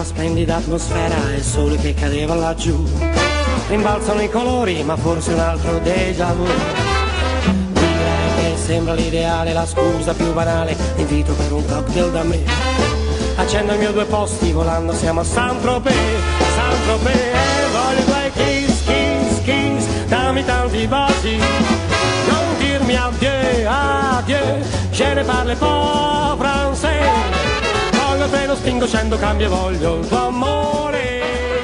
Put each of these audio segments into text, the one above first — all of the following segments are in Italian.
la splendida atmosfera e il sole che cadeva laggiù. Rimbalzano i colori, ma forse un altro déjà vu. Direi che sembra l'ideale, la scusa più banale. Invito per un cocktail da me. Accendo i miei due posti, volando siamo a Saint-Tropez. Saint-Tropez, voglio due kiss, kiss, kiss. Dammi tanti baci. Non dirmi adieu, adieu. Je ne parle pas français. Voglio il treno, spingo, scendo, cambio e voglio il tuo amore.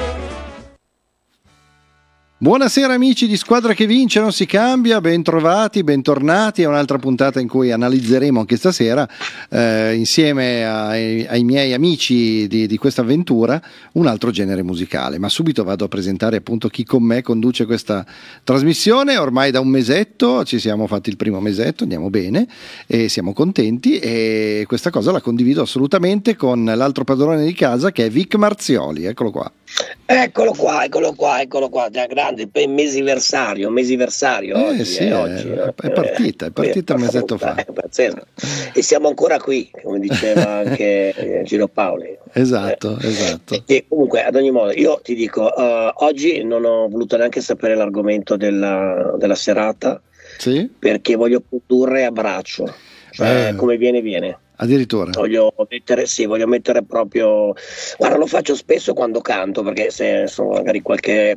Buonasera amici di Squadra che Vince Non Si Cambia, bentrovati, bentornati a un'altra puntata in cui analizzeremo anche stasera insieme ai miei amici di questa avventura un altro genere musicale, ma subito vado a presentare appunto chi con me conduce questa trasmissione. Ormai da un mesetto ci siamo fatti il primo mesetto, andiamo bene e siamo contenti, e questa cosa la condivido assolutamente con l'altro padrone di casa che è Vic Marzioli. Eccolo qua. Eccolo qua, grande, mesiversario oggi, sì, oggi. È partita un mesetto fa. E siamo ancora qui, come diceva anche Gino Paoli. Esatto. E comunque, ad ogni modo, io ti dico, oggi non ho voluto neanche sapere l'argomento della serata, sì? Perché voglio condurre a braccio, cioè come viene. Addirittura voglio mettere proprio, guarda, lo faccio spesso quando canto, perché se insomma, magari qualche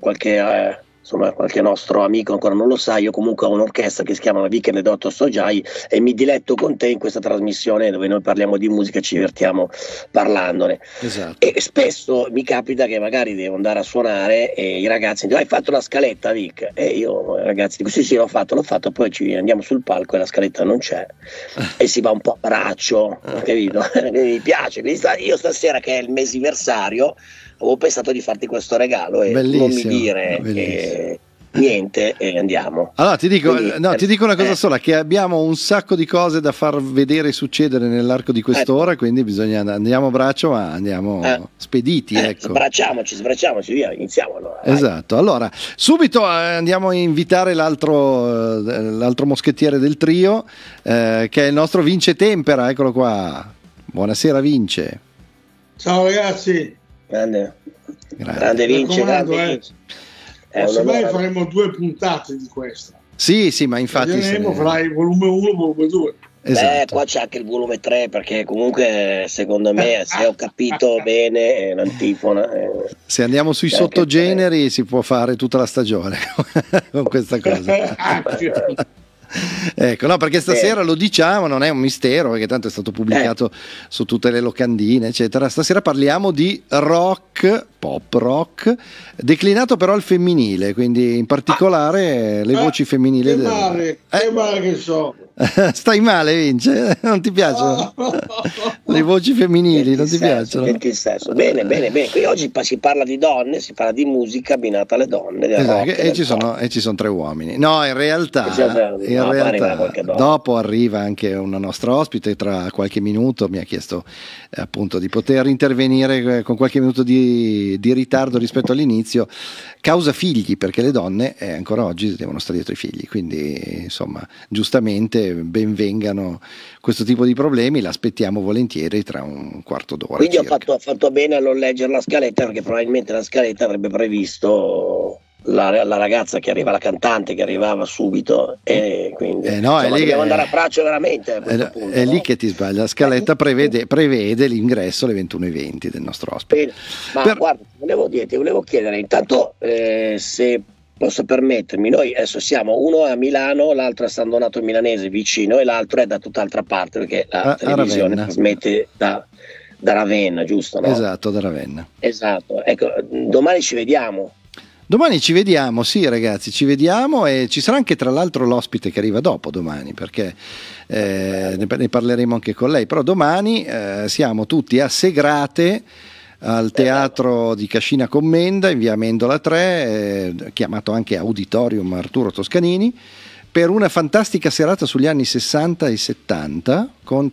nostro amico ancora non lo sa, io comunque ho un'orchestra che si chiama Weekend e Dottor Sojai e mi diletto con te in questa trasmissione dove noi parliamo di musica e ci divertiamo parlandone. Esatto. E spesso mi capita che magari devo andare a suonare e i ragazzi dicono: hai fatto la scaletta, Vic? E io ragazzi dico sì l'ho fatto, poi ci andiamo sul palco e la scaletta non c'è e si va un po' a braccio, capito? Mi piace, io stasera che è il mesiversario avevo pensato di farti questo regalo e bellissimo, non mi dire niente e andiamo. Allora ti dico, quindi, ti dico una cosa sola, che abbiamo un sacco di cose da far vedere e succedere nell'arco di quest'ora, quindi andiamo a braccio, ma andiamo spediti, ecco. Sbracciamoci, via, iniziamo allora. Esatto, allora subito andiamo a invitare l'altro moschettiere del trio, che è il nostro Vince Tempera. Eccolo qua. Buonasera Vince. Ciao ragazzi. Grande Vince. Semmai faremo 2 puntate di questa. Sì, ma infatti farai volume 1, volume 2. Esatto. Qua c'è anche il volume 3, perché comunque secondo me, se ho capito bene, è un'antifona. Se andiamo sui sottogeneri si può fare tutta la stagione con questa cosa. Ecco, no, perché stasera lo diciamo, non è un mistero, perché tanto è stato pubblicato su tutte le locandine, eccetera. Stasera parliamo di rock, pop rock, declinato però al femminile, quindi in particolare le voci femminili. Che male che so. Stai male, Vince? Non ti piacciono? Le voci femminili non ti piacciono? Bene. Qui oggi si parla di donne, si parla di musica abbinata alle donne. Esatto, e ci sono 3 uomini. No, in realtà dopo arriva anche una nostra ospite. Tra qualche minuto mi ha chiesto appunto di poter intervenire con qualche minuto di ritardo rispetto all'inizio, causa figli, perché le donne ancora oggi devono stare dietro i figli, quindi insomma giustamente ben vengano questo tipo di problemi, l'aspettiamo volentieri tra un quarto d'ora. Quindi ho fatto bene a non leggere la scaletta, perché probabilmente la scaletta avrebbe previsto la ragazza che arriva, la cantante che arrivava subito, e quindi dobbiamo andare a braccio veramente a questo punto, è lì che ti sbagli. La scaletta prevede l'ingresso alle 21:20 del nostro ospite. Ma guarda, ti volevo chiedere intanto se posso permettermi, noi adesso siamo, uno è a Milano, l'altro è a San Donato Milanese vicino e l'altro è da tutt'altra parte, perché la televisione trasmette da Ravenna, giusto? No? Esatto, da Ravenna. Esatto, ecco, domani ci vediamo. Domani ci vediamo, sì ragazzi, ci vediamo, e ci sarà anche tra l'altro l'ospite che arriva dopo domani, perché ne parleremo anche con lei, però domani siamo tutti a Segrate, al teatro di Cascina Commenda in via Amendola 3, chiamato anche Auditorium Arturo Toscanini, per una fantastica serata sugli anni 60 e 70 con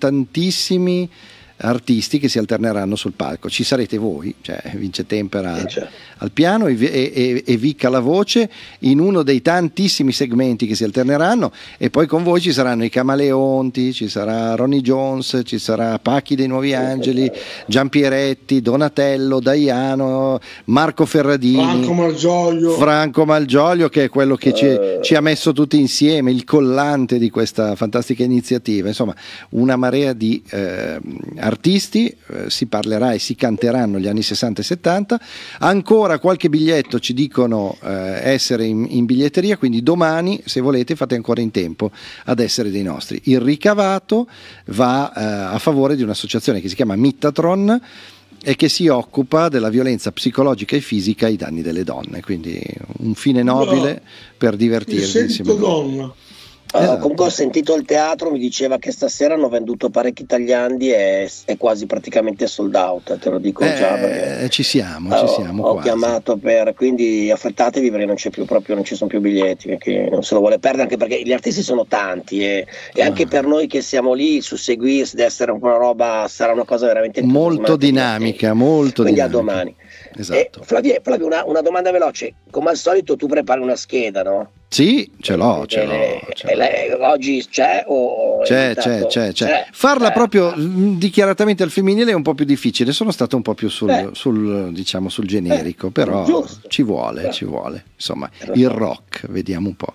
tantissimi artisti che si alterneranno sul palco. Ci sarete voi, cioè Vince Tempera al piano e Vic alla voce in uno dei tantissimi segmenti che si alterneranno, e poi con voi ci saranno i Camaleonti, ci sarà Ronnie Jones, ci sarà Pacchi dei Nuovi Angeli, Giampieretti, Donatello, Daiano, Marco Ferradini, Franco Malgioglio, che è quello che ci ha messo tutti insieme, il collante di questa fantastica iniziativa. Insomma, una marea di artisti, si parlerà e si canteranno gli anni 60 e 70. Ancora qualche biglietto ci dicono essere in biglietteria, quindi domani, se volete, fate ancora in tempo ad essere dei nostri. Il ricavato va a favore di un'associazione che si chiama Mittatron e che si occupa della violenza psicologica e fisica ai danni delle donne, quindi un fine nobile per divertirsi insieme a loro. Esatto. Comunque ho sentito il teatro, mi diceva che stasera hanno venduto parecchi tagliandi e è quasi praticamente sold out, te lo dico già, perché ci siamo ho quasi. Chiamato quindi affrettatevi, perché non c'è più proprio, non ci sono più biglietti, perché non se lo vuole perdere, anche perché gli artisti sono tanti e anche per noi che siamo lì, susseguirsi deve essere una roba, sarà una cosa veramente molto dinamica, quindi a domani. Esatto. Flavio, una domanda veloce, come al solito tu prepari una scheda, no? Sì, ce l'ho. Oggi c'è o c'è. Farla proprio dichiaratamente al femminile è un po' più difficile. Sono stato un po' più sul generico, però giusto. ci vuole. Insomma, il rock, vediamo un po'.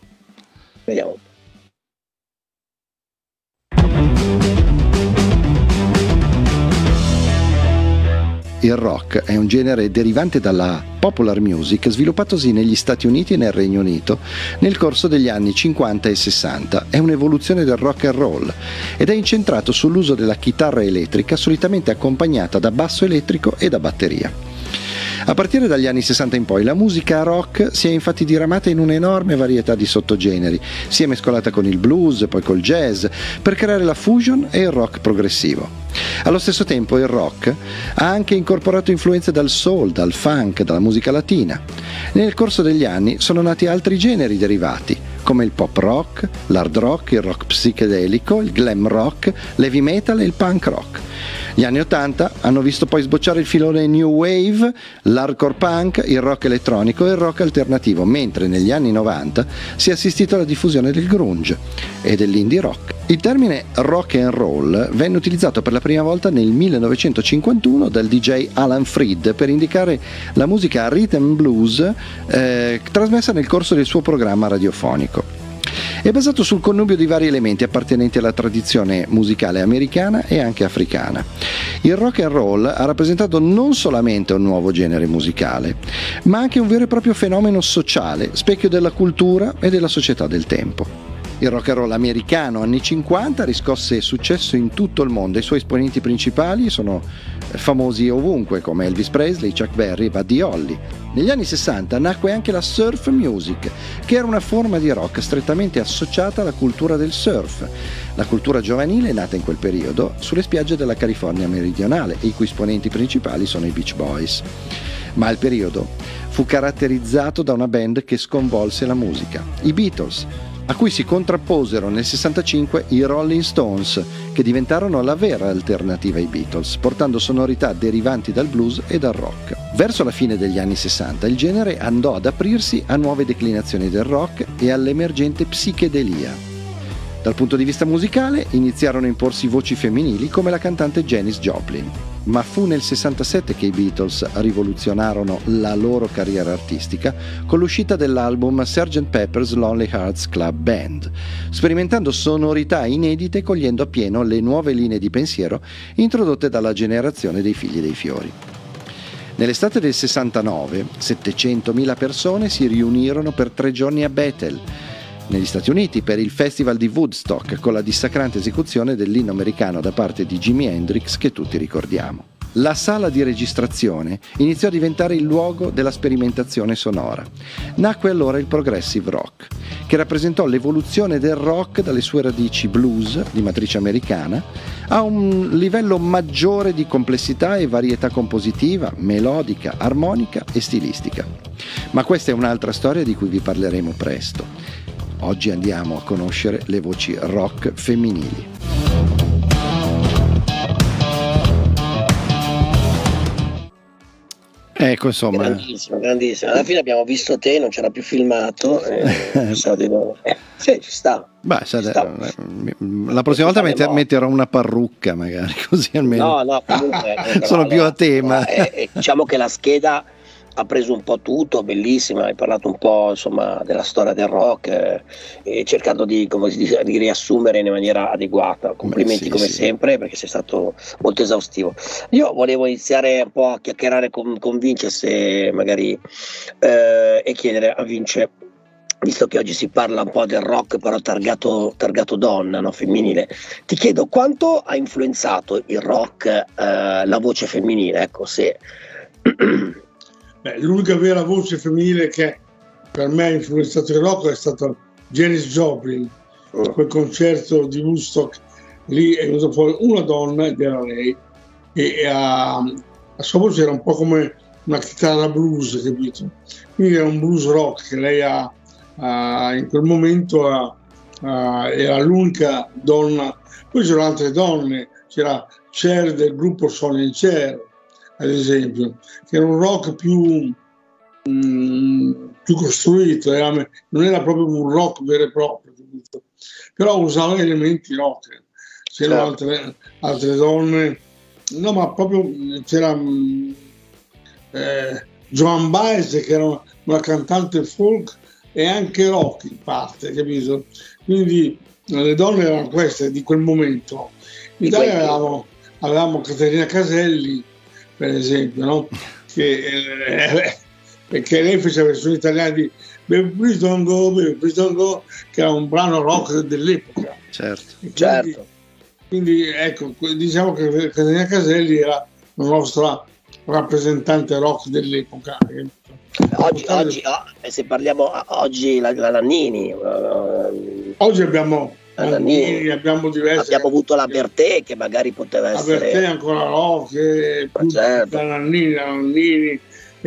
Il rock è un genere derivante dalla popular music sviluppatosi negli Stati Uniti e nel Regno Unito nel corso degli anni 50 e 60. È un'evoluzione del rock and roll ed è incentrato sull'uso della chitarra elettrica, solitamente accompagnata da basso elettrico e da batteria. A partire dagli anni 60 in poi la musica rock si è infatti diramata in un'enorme varietà di sottogeneri, si è mescolata con il blues, poi col jazz, per creare la fusion e il rock progressivo. Allo stesso tempo il rock ha anche incorporato influenze dal soul, dal funk, dalla musica latina. Nel corso degli anni sono nati altri generi derivati, come il pop rock, l'hard rock, il rock psichedelico, il glam rock, l'heavy metal e il punk rock. Gli anni 80 hanno visto poi sbocciare il filone new wave, l'hardcore punk, il rock elettronico e il rock alternativo, mentre negli anni 90 si è assistito alla diffusione del grunge e dell'indie rock. Il termine rock and roll venne utilizzato per la prima volta nel 1951 dal DJ Alan Freed per indicare la musica rhythm blues trasmessa nel corso del suo programma radiofonico. È basato sul connubio di vari elementi appartenenti alla tradizione musicale americana e anche africana. Il rock and roll ha rappresentato non solamente un nuovo genere musicale, ma anche un vero e proprio fenomeno sociale, specchio della cultura e della società del tempo. Il rock and roll americano anni 50 riscosse successo in tutto il mondo. I suoi esponenti principali sono famosi ovunque, come Elvis Presley, Chuck Berry e Buddy Holly. Negli anni 60 nacque anche la surf music, che era una forma di rock strettamente associata alla cultura del surf. La cultura giovanile è nata in quel periodo sulle spiagge della California meridionale, i cui esponenti principali sono i Beach Boys. Ma il periodo fu caratterizzato da una band che sconvolse la musica, i Beatles, a cui si contrapposero nel 65 i Rolling Stones, che diventarono la vera alternativa ai Beatles, portando sonorità derivanti dal blues e dal rock. Verso la fine degli anni 60 il genere andò ad aprirsi a nuove declinazioni del rock e all'emergente psichedelia. Dal punto di vista musicale iniziarono a imporsi voci femminili come la cantante Janis Joplin, ma fu nel 67 che i Beatles rivoluzionarono la loro carriera artistica con l'uscita dell'album Sgt. Pepper's Lonely Hearts Club Band, sperimentando sonorità inedite e cogliendo appieno le nuove linee di pensiero introdotte dalla generazione dei figli dei fiori. Nell'estate del 69 700.000 persone si riunirono per 3 giorni a Bethel, negli Stati Uniti, per il Festival di Woodstock, con la dissacrante esecuzione dell'inno americano da parte di Jimi Hendrix che tutti ricordiamo. La sala di registrazione iniziò a diventare il luogo della sperimentazione sonora. Nacque allora il progressive rock, che rappresentò l'evoluzione del rock dalle sue radici blues di matrice americana a un livello maggiore di complessità e varietà compositiva, melodica, armonica e stilistica. Ma questa è un'altra storia di cui vi parleremo presto. Oggi andiamo a conoscere le voci rock femminili. Ecco, insomma, grandissimo. Alla fine abbiamo visto te, non c'era più filmato. Sì, ci sta. Beh, la prossima volta metterò una parrucca, magari, così almeno. No, comunque sono più a tema. Diciamo che la scheda ha preso un po' tutto, bellissima, hai parlato un po', insomma, della storia del rock, cercando di riassumere in maniera adeguata. Complimenti come sempre, perché sei stato molto esaustivo. Io volevo iniziare un po' a chiacchierare con Vince, se magari e chiedere a Vince, visto che oggi si parla un po' del rock però targato donna, no? Femminile, ti chiedo quanto ha influenzato il rock la voce femminile, ecco, se l'unica vera voce femminile che per me ha influenzato il rock è stata Janis Joplin. Quel concerto di Woodstock, lì è venuta fuori una donna ed era lei, e la sua voce era un po' come una chitarra blues, capito? Quindi era un blues rock che lei in quel momento era l'unica donna. Poi c'erano altre donne, c'era Cher del gruppo Sonny & Cher, ad esempio, che era un rock più costruito, non era proprio un rock vero e proprio, capito? Però usava elementi rock. C'erano altre donne, no, ma proprio c'era Joan Baez, che era una cantante folk e anche rock in parte, capito? Quindi le donne erano queste di quel momento. In Italia avevamo Caterina Caselli, per esempio, no? Perché lei faceva versioni italiane di Baby Please Don't Go, che era un brano rock dell'epoca. Certo. Quindi ecco, diciamo che Caterina Caselli era la nostra rappresentante rock dell'epoca. Oggi se parliamo oggi la Nannini. Oggi abbiamo Nannini, abbiamo diverse. Abbiamo avuto la Bertè, che magari poteva essere. La Bertè ancora rock, la Nannini.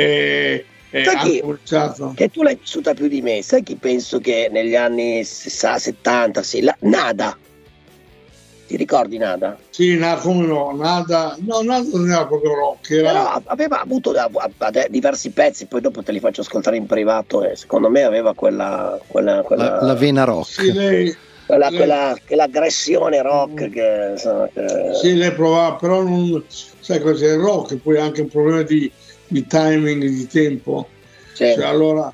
Che tu l'hai vissuta più di me, sai chi penso che negli anni 70, Nada, ti ricordi Nada? Sì, come no, Nada non era proprio rock, però aveva avuto diversi pezzi, poi dopo te li faccio ascoltare in privato, e secondo me aveva quella la vena rock. Sì, quell'aggressione rock sì, lei provava, però non sai cos'è il rock, poi anche un problema di timing, di tempo. Sì. Cioè, allora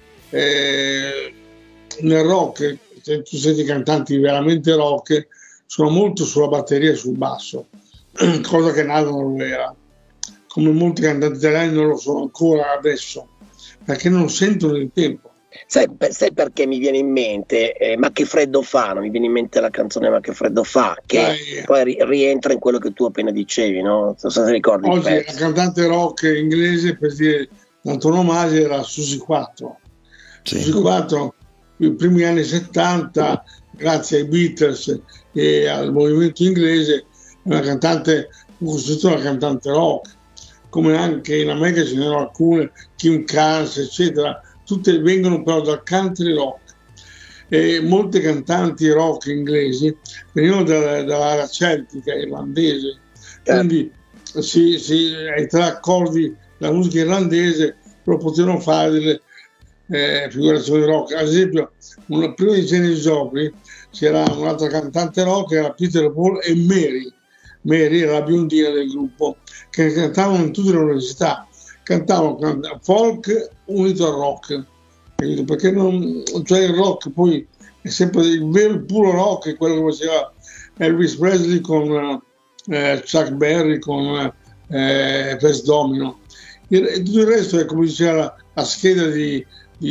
nel rock, se tu senti cantanti veramente rock, sono molto sulla batteria e sul basso, cosa che Nada non lo era, come molti cantanti italiani non lo sono ancora adesso, perché non sentono il tempo. Sai perché mi viene in mente Ma che freddo fa, non mi viene in mente la canzone Ma che freddo fa, che poi rientra in quello che tu appena dicevi, no? Non so se ricordi. Oggi la cantante rock inglese, per dire l'antonomasia, era Susie 4. Sì. Susie 4, i primi anni 70, grazie ai Beatles e al movimento inglese, una cantante costituita una cantante rock, come anche in America ce n'erano alcune, Kim Carnes, eccetera. Tutte vengono però dal country rock, e molte cantanti rock inglesi venivano dall'area celtica irlandese, quindi ai tre accordi della musica irlandese però potevano fare delle figurazioni rock. Ad esempio, prima di Janis Joplin c'era un'altra cantante rock, era Peter Paul e Mary era la biondina del gruppo, che cantavano in tutte le università. Cantavano folk unito al rock, perché cioè il rock poi è sempre il vero puro rock, è quello che faceva Elvis Presley con Chuck Berry, con Fats Domino. Tutto il resto è, come diceva la scheda di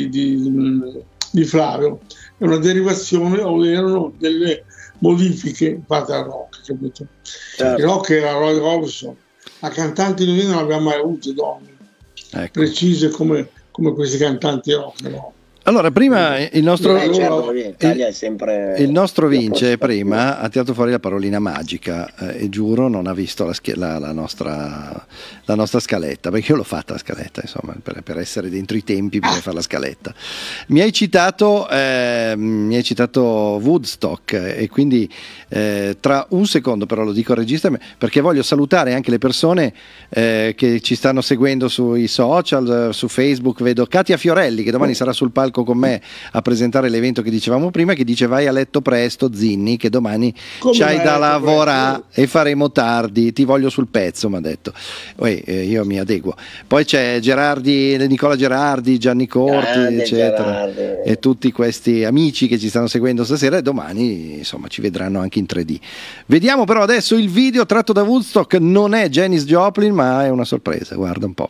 Flavio, è una derivazione o erano delle modifiche fatte al rock, capito? Certo. Il rock era Roy Orbison, a cantanti non abbiamo mai avuto donne precise come questi cantanti rock, no? Allora, prima il nostro, certo, l'Italia è sempre il nostro Vince prima ha tirato fuori la parolina magica e giuro non ha visto la nostra scaletta, perché io l'ho fatta la scaletta, insomma, per essere dentro i tempi bisogna fare la scaletta. Mi hai citato Woodstock e quindi tra un secondo però lo dico al regista perché voglio salutare anche le persone che ci stanno seguendo sui social, su Facebook. Vedo Katia Fiorelli che domani sarà sul palco con me a presentare l'evento che dicevamo prima, che dice vai a letto presto Zinni che domani c'hai da lavorare e faremo tardi, ti voglio sul pezzo, mi ha detto. Io mi adeguo. Poi c'è Nicola Gerardi, Gianni Corti eccetera Gerardi. E tutti questi amici che ci stanno seguendo stasera e domani insomma ci vedranno anche in 3D. Vediamo però adesso il video tratto da Woodstock, non è Janis Joplin ma è una sorpresa, guarda un po'.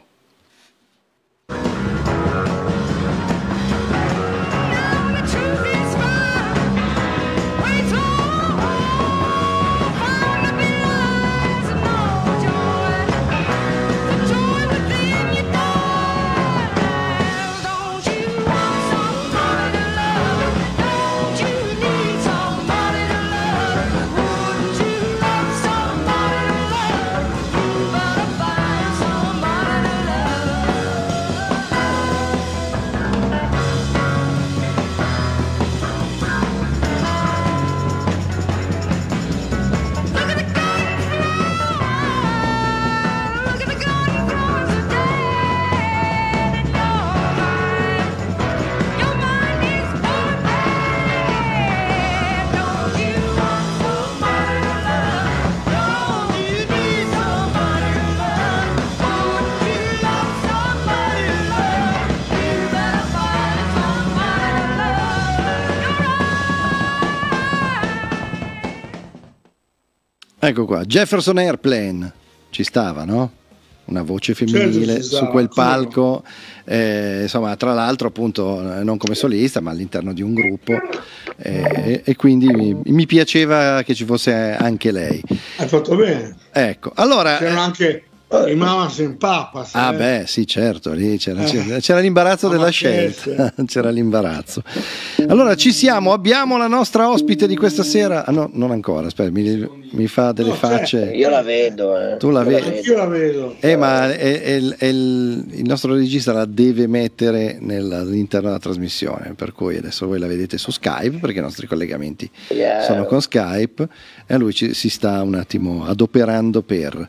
Ecco qua, Jefferson Airplane, ci stava, no? Una voce femminile su quel palco, insomma, tra l'altro appunto non come solista ma all'interno di un gruppo e quindi mi piaceva che ci fosse anche lei. Hai fatto bene. Ecco, allora... C'erano anche i Mamas and Papas. Ah beh, sì, certo, lì c'era l'imbarazzo della scelta, c'era l'imbarazzo. Allora ci siamo, abbiamo la nostra ospite di questa sera. Ah, no, non ancora, aspetta, mi fa delle facce. Io la vedo. Tu la vedi? Io la vedo. Ma il nostro regista la deve mettere all'interno della trasmissione, per cui adesso voi la vedete su Skype, perché i nostri collegamenti sono con Skype e lui si sta un attimo adoperando per...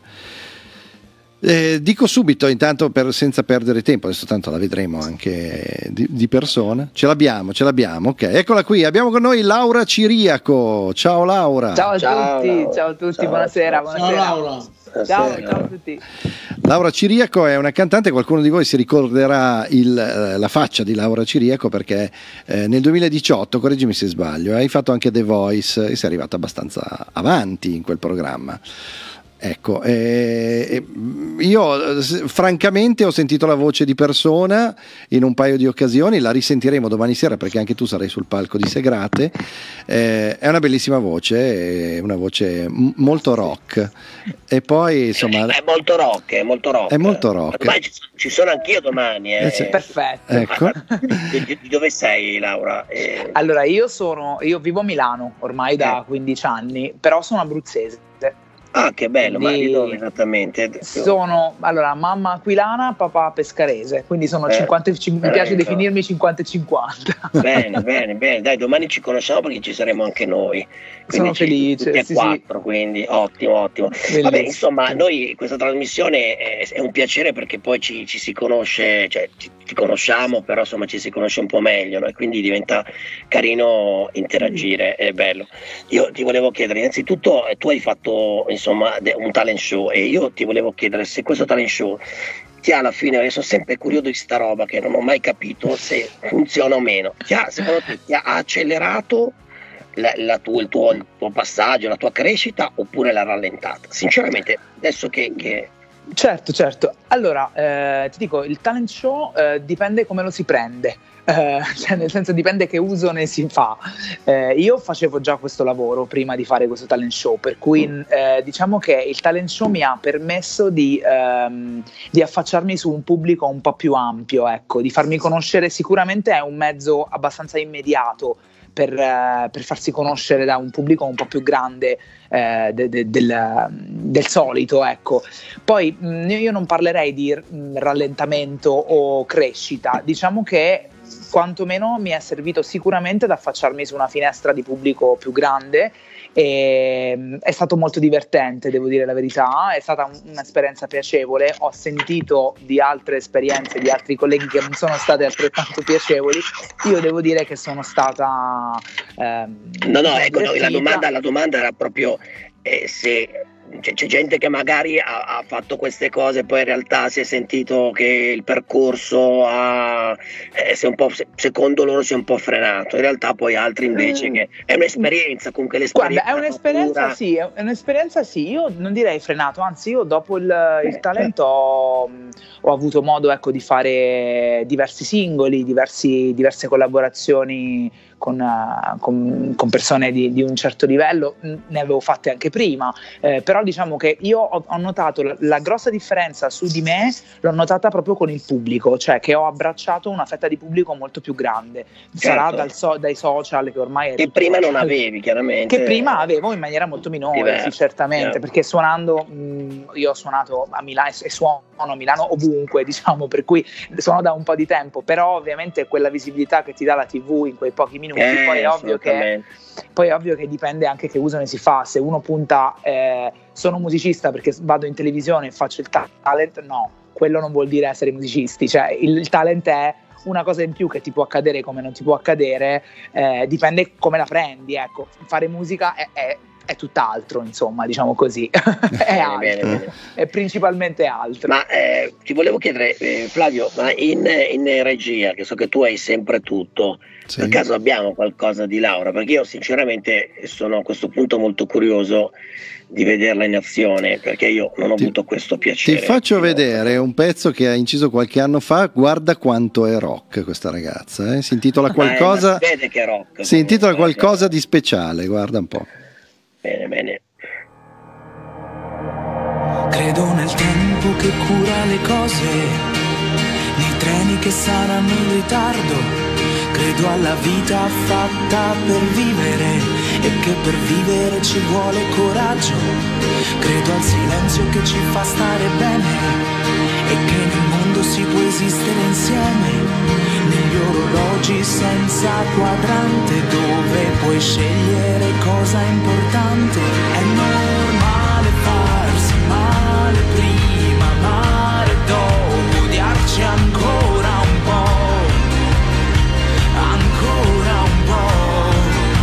dico subito intanto senza perdere tempo, adesso tanto la vedremo anche di persona, ce l'abbiamo, ok, eccola qui, abbiamo con noi Laura Ciriaco. Ciao Laura. Ciao a tutti, buonasera. Ciao Laura. Ciao a tutti. Laura Ciriaco è una cantante, qualcuno di voi si ricorderà la faccia di Laura Ciriaco perché nel 2018, correggimi se sbaglio, hai fatto anche The Voice e sei arrivata abbastanza avanti in quel programma. Ecco, io francamente ho sentito la voce di persona in un paio di occasioni, la risentiremo domani sera perché anche tu sarai sul palco di Segrate. È una bellissima voce, è una voce molto rock e poi insomma è molto rock. È molto rock. Ormai ci sono anch'io domani. Perfetto. Ecco. Di dove sei Laura? Allora io vivo a Milano ormai da 15 anni, però sono abruzzese. Ah, che bello, ma di dove esattamente? Sono, allora, mamma aquilana, papà pescarese, quindi sono 50, mi piace definirmi 50-50. Bene, dai, domani ci conosciamo perché ci saremo anche noi. Sono felice. Tutti e quattro, quindi ottimo. Bellissimo. Vabbè, insomma, noi questa trasmissione è un piacere perché poi ci si conosce, cioè ti conosciamo, però insomma ci si conosce un po' meglio, no? E quindi diventa carino interagire, è bello. Io ti volevo chiedere, innanzitutto, tu hai fatto insomma un talent show e io ti volevo chiedere se questo talent show ti ha alla fine, io sono sempre curioso di sta roba che non ho mai capito se funziona o meno, secondo te ti ha accelerato il tuo passaggio, la tua crescita oppure l'ha rallentata? Sinceramente adesso che... Certo. Allora, ti dico, il talent show dipende come lo si prende. cioè nel senso dipende che uso ne si fa. Io facevo già questo lavoro prima di fare questo talent show, per cui diciamo che il talent show mi ha permesso di affacciarmi su un pubblico un po' più ampio, ecco, di farmi conoscere. Sicuramente è un mezzo abbastanza immediato per farsi conoscere da un pubblico un po' più grande del solito, ecco. Poi io non parlerei di rallentamento o crescita, diciamo che quantomeno mi è servito sicuramente ad affacciarmi su una finestra di pubblico più grande, e è stato molto divertente, devo dire la verità, è stata un'esperienza piacevole. Ho sentito di altre esperienze di altri colleghi che non sono state altrettanto piacevoli. Io devo dire che sono stata ecco, la domanda era proprio se c'è gente che magari ha fatto queste cose, poi in realtà si è sentito che il percorso secondo loro si è un po' frenato, in realtà poi altri invece che è un'esperienza, comunque l'esperienza. Guarda, è un'esperienza sì, io non direi frenato, anzi io dopo il talento ho avuto modo, ecco, di fare diversi singoli, diverse collaborazioni con persone di un certo livello, ne avevo fatte anche prima, però diciamo che io ho notato la grossa differenza su di me, l'ho notata proprio con il pubblico, cioè che ho abbracciato una fetta di pubblico molto più grande. Sarà dai social, che ormai che prima non avevi, chiaramente, che prima avevo in maniera molto minore, sì, certamente, perché suonando, io ho suonato a Milano e suono a Milano ovunque, diciamo, per cui suono da un po' di tempo, però ovviamente quella visibilità che ti dà la TV in quei pochi minuti, poi è ovvio che dipende anche che uso ne si fa. Se uno punta sono musicista perché vado in televisione e faccio il talent, no, quello non vuol dire essere musicisti, cioè il talent è una cosa in più che ti può accadere come non ti può accadere, dipende come la prendi, ecco. Fare musica è tutt'altro, insomma, diciamo così. È altro, bene. È principalmente altro. Ma ti volevo chiedere, Flavio, ma in regia, che so che tu hai sempre tutto, sì, per caso abbiamo qualcosa di Laura? Perché io sinceramente sono a questo punto molto curioso di vederla in azione, perché io non ho avuto questo piacere. Ti faccio vedere un pezzo che ha inciso qualche anno fa. Guarda quanto è rock questa ragazza, si intitola qualcosa, vede che è rock, si intitola qualcosa di speciale, guarda un po'. Bene. Credo nel tempo che cura le cose, nei treni che saranno in ritardo. Credo alla vita fatta per vivere e che per vivere ci vuole coraggio. Credo al silenzio che ci fa stare bene e che nel mondo si può esistere insieme. Negli orologi senza quadrante, dove puoi scegliere cosa è importante. È normale farsi male prima, male dopo, odiarci ancora un po', ancora un po'.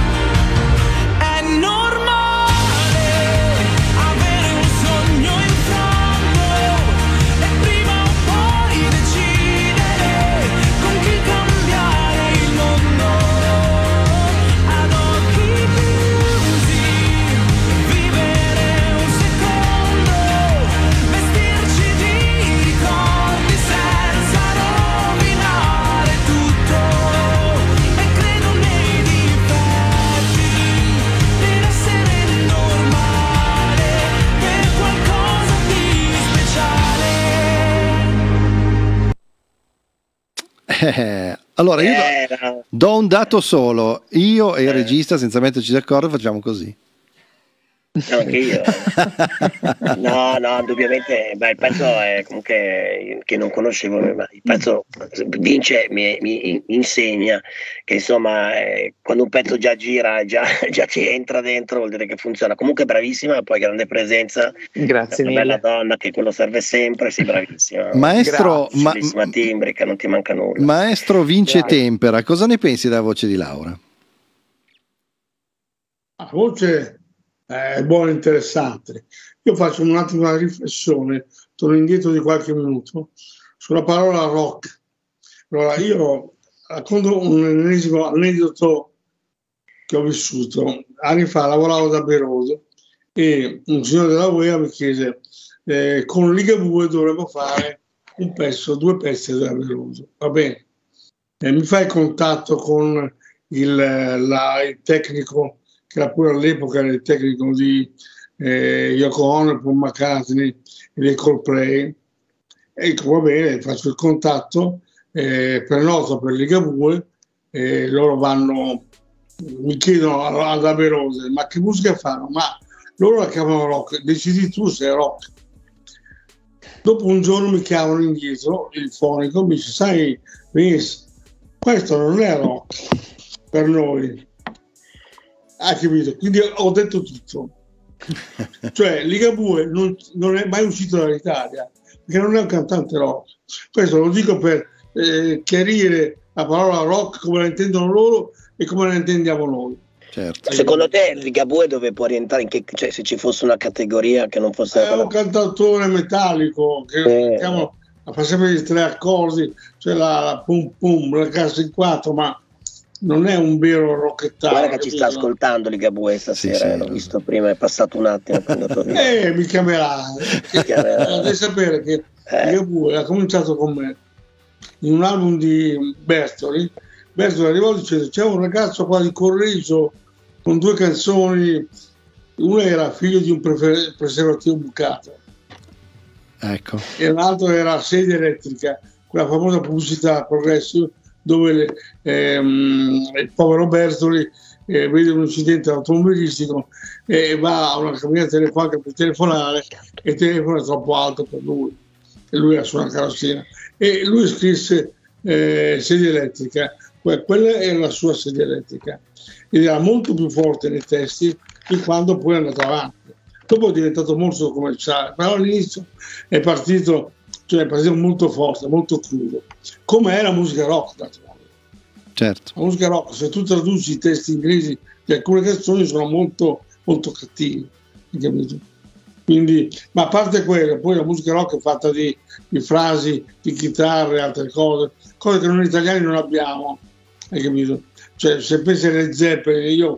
È normale avere un sogno in fondo e prima o poi decidere con chi cambiare il mondo. Ad occhi chiusi vivere un secondo, vestirci di ricordi senza rovinare tutto. E credo nei difetti per essere normale, per qualcosa di speciale. Allora io do un dato solo, io e il regista, senza metterci d'accordo, facciamo così. Anche io. No, indubbiamente, il pezzo è comunque che non conoscevo, ma il pezzo Vince mi insegna che insomma quando un pezzo già gira, già ci entra dentro, vuol dire che funziona. Comunque bravissima, poi grande presenza. Grazie mille. Una bella donna, che quello serve sempre, sì, bravissima. Maestro, bellissima timbrica, non ti manca nulla. Maestro Vince Tempera, cosa ne pensi della voce di Laura? La voce è buona e interessante. Io faccio un attimo una riflessione, torno indietro di qualche minuto, sulla parola rock. Allora, io racconto un ennesimo aneddoto che ho vissuto. Anni fa lavoravo da Beroso e un signore della UEA mi chiese con Ligabue dovremmo fare due pezzi da Beroso. Va bene. mi fai contatto con il tecnico, che era pure all'epoca il tecnico di Yoko Ono, Paul McCartney e dei Coldplay. E dico, va bene, faccio il contatto, prenoto per Ligabue, loro vanno, mi chiedono ad Aberose, ma che musica fanno? Ma loro la chiamano rock, decidi tu se è rock. Dopo un giorno mi chiamano indietro, il fonico, mi dice, sai, Vince, questo non è rock per noi. Hai capito? Quindi ho detto tutto. Cioè Ligabue non è mai uscito dall'Italia, perché non è un cantante rock. Questo lo dico per chiarire la parola rock come la intendono loro e come la intendiamo noi. Certo. Secondo te Ligabue dove può rientrare? Cioè, se ci fosse una categoria che non fosse... È un cantautore metallico che fa sempre i 3 accordi, cioè la pum pum, la cassa in 4, ma non è un vero rockettaro. Guarda che ci sta ascoltando Ligabue stasera, l'ho visto prima, è passato un attimo. Mi chiamerà. Devi sapere che Ligabue ha cominciato con me in un album di Bertoli. Bertoli arrivò dicendo, c'è un ragazzo qua di Correggio con 2 canzoni, una era Figlio di un preservativo bucato, ecco, e l'altro era Sedia elettrica, quella famosa pubblicità Progressive dove il povero Bertoli vede un incidente automobilistico e va a una cabina telefonica per telefonare e il telefono è troppo alto per lui e lui era su una carrozzina e lui scrisse sedia elettrica, quella era la sua sedia elettrica ed era molto più forte nei testi di quando poi è andato avanti. Dopo è diventato molto commerciale, però all'inizio è partito molto forte, molto crudo, come è la musica rock. Certo. La musica rock, se tu traduci i testi inglesi di alcune canzoni, sono molto, molto cattivi, capito? Quindi, ma a parte quello, poi la musica rock è fatta di frasi, di chitarre, altre cose che noi italiani non abbiamo, hai capito? Cioè, se pensi alle Zeppelin, io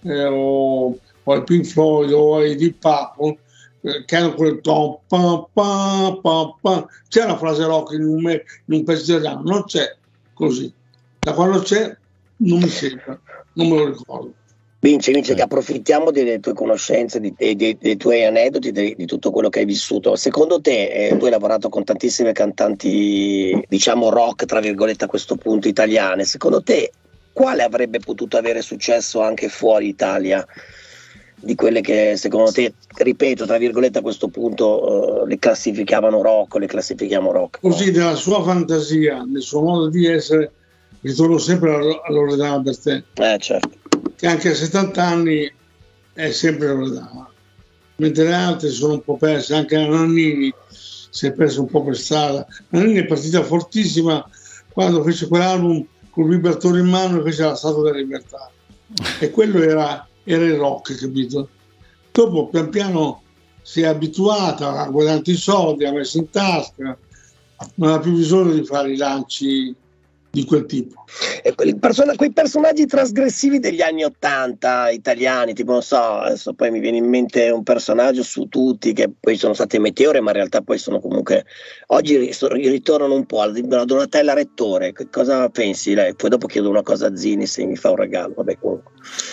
o ai Pink Floyd o ai Deep Purple, che hanno quel tom, pam, pam, pam, pam. C'è una frase rock in un pezzo italiano, non c'è così. Da quando c'è non mi sembra, non me lo ricordo. Vince, che approfittiamo delle tue conoscenze, dei tuoi aneddoti, di tutto quello che hai vissuto. Secondo te, tu hai lavorato con tantissime cantanti, diciamo rock, tra virgolette a questo punto, italiane. Secondo te, quale avrebbe potuto avere successo anche fuori Italia? Di quelle che secondo te, ripeto, tra virgolette a questo punto, le classifichiamo rock? Così, nella sua fantasia, nel suo modo di essere, ritorno sempre a Loredana Bertè. Certo. Che anche a 70 anni è sempre Loredana, mentre le altre sono un po' perse, anche la Nannini si è persa un po' per strada. Nannini è partita fortissima quando fece quell'album col vibratore in mano e fece la Statua della Libertà, e quello era il rock, capito? Dopo pian piano si è abituata a guadagnare i soldi, ha messo in tasca, non ha più bisogno di fare i lanci di quel tipo. E quei personaggi trasgressivi degli anni '80 italiani, tipo non so, adesso poi mi viene in mente un personaggio su tutti che poi sono stati Meteore, ma in realtà poi sono comunque oggi ritornano un po' alla Donatella Rettore. Che cosa pensi lei? Poi dopo chiedo una cosa a Zini se mi fa un regalo, vabbè, comunque.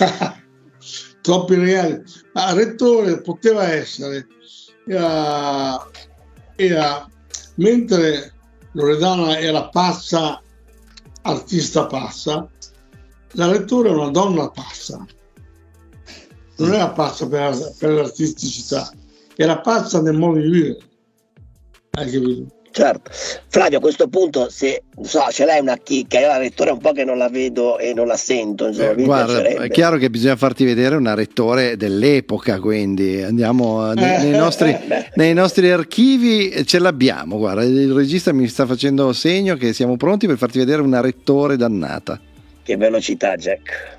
Troppi regali, ma Rettore poteva essere era mentre Loredana era pazza, artista pazza, la Rettore è una donna pazza, non era pazza per l'artisticità, era pazza nel modo di vivere, hai capito? Certo. Flavio, a questo punto, se ce l'hai una chicca, io la Rettore è un po' che non la vedo e non la sento, insomma, guarda, è chiaro che bisogna farti vedere una Rettore dell'epoca, quindi andiamo nei nostri archivi, ce l'abbiamo, guarda, il regista mi sta facendo segno che siamo pronti per farti vedere una Rettore dannata. Che velocità, Jack.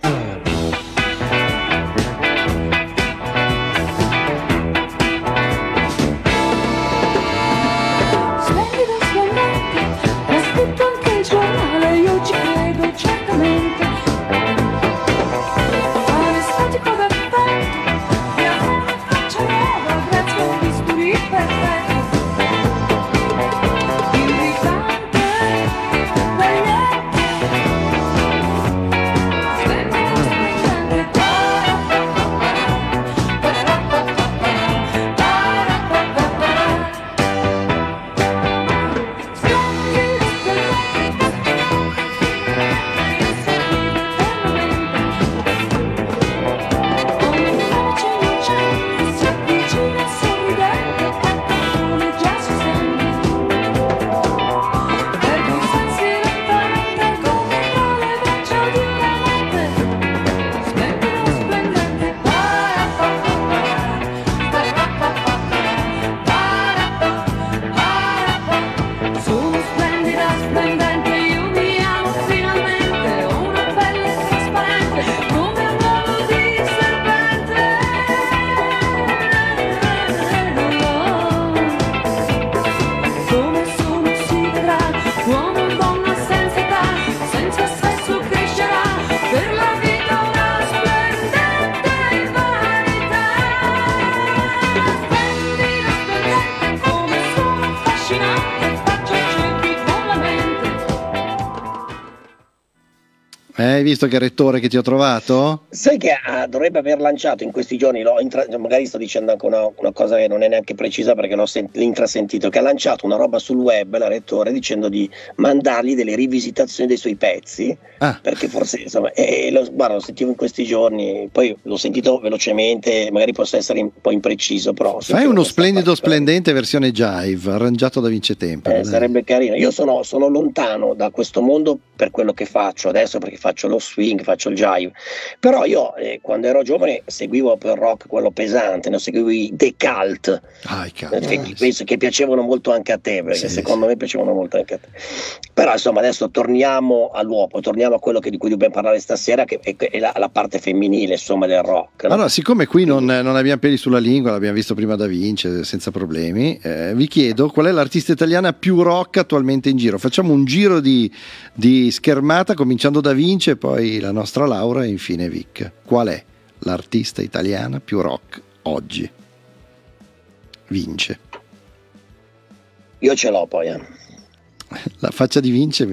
Hai visto che rettore che ti ho trovato? Sai che dovrebbe aver lanciato in questi giorni, magari sto dicendo anche una cosa che non è neanche precisa perché l'ho intrasentito, che ha lanciato una roba sul web, la rettore, dicendo di mandargli delle rivisitazioni dei suoi pezzi, perché forse insomma, guarda, lo sentivo in questi giorni, poi l'ho sentito velocemente, magari posso essere un po' impreciso, però fai uno splendido splendente versione jive arrangiato da Vince Tempera. Sarebbe carino. Io sono lontano da questo mondo per quello che faccio adesso, perché faccio lo swing, faccio il jive, però io quando ero giovane seguivo per rock quello pesante, no? Seguivo i The Cult, penso che piacevano molto anche a te, perché secondo me piacevano molto anche a te, però insomma adesso torniamo all'uopo, torniamo a quello di cui dobbiamo parlare stasera, che è la parte femminile insomma del rock, no? Allora, siccome qui non abbiamo peli sulla lingua, l'abbiamo visto prima da Vince senza problemi, vi chiedo qual è l'artista italiana più rock attualmente in giro. Facciamo un giro di schermata cominciando da Vince, poi la nostra Laura e infine Vic. Qual è l'artista italiana più rock oggi? Vince. Io ce l'ho poi. La faccia di Vince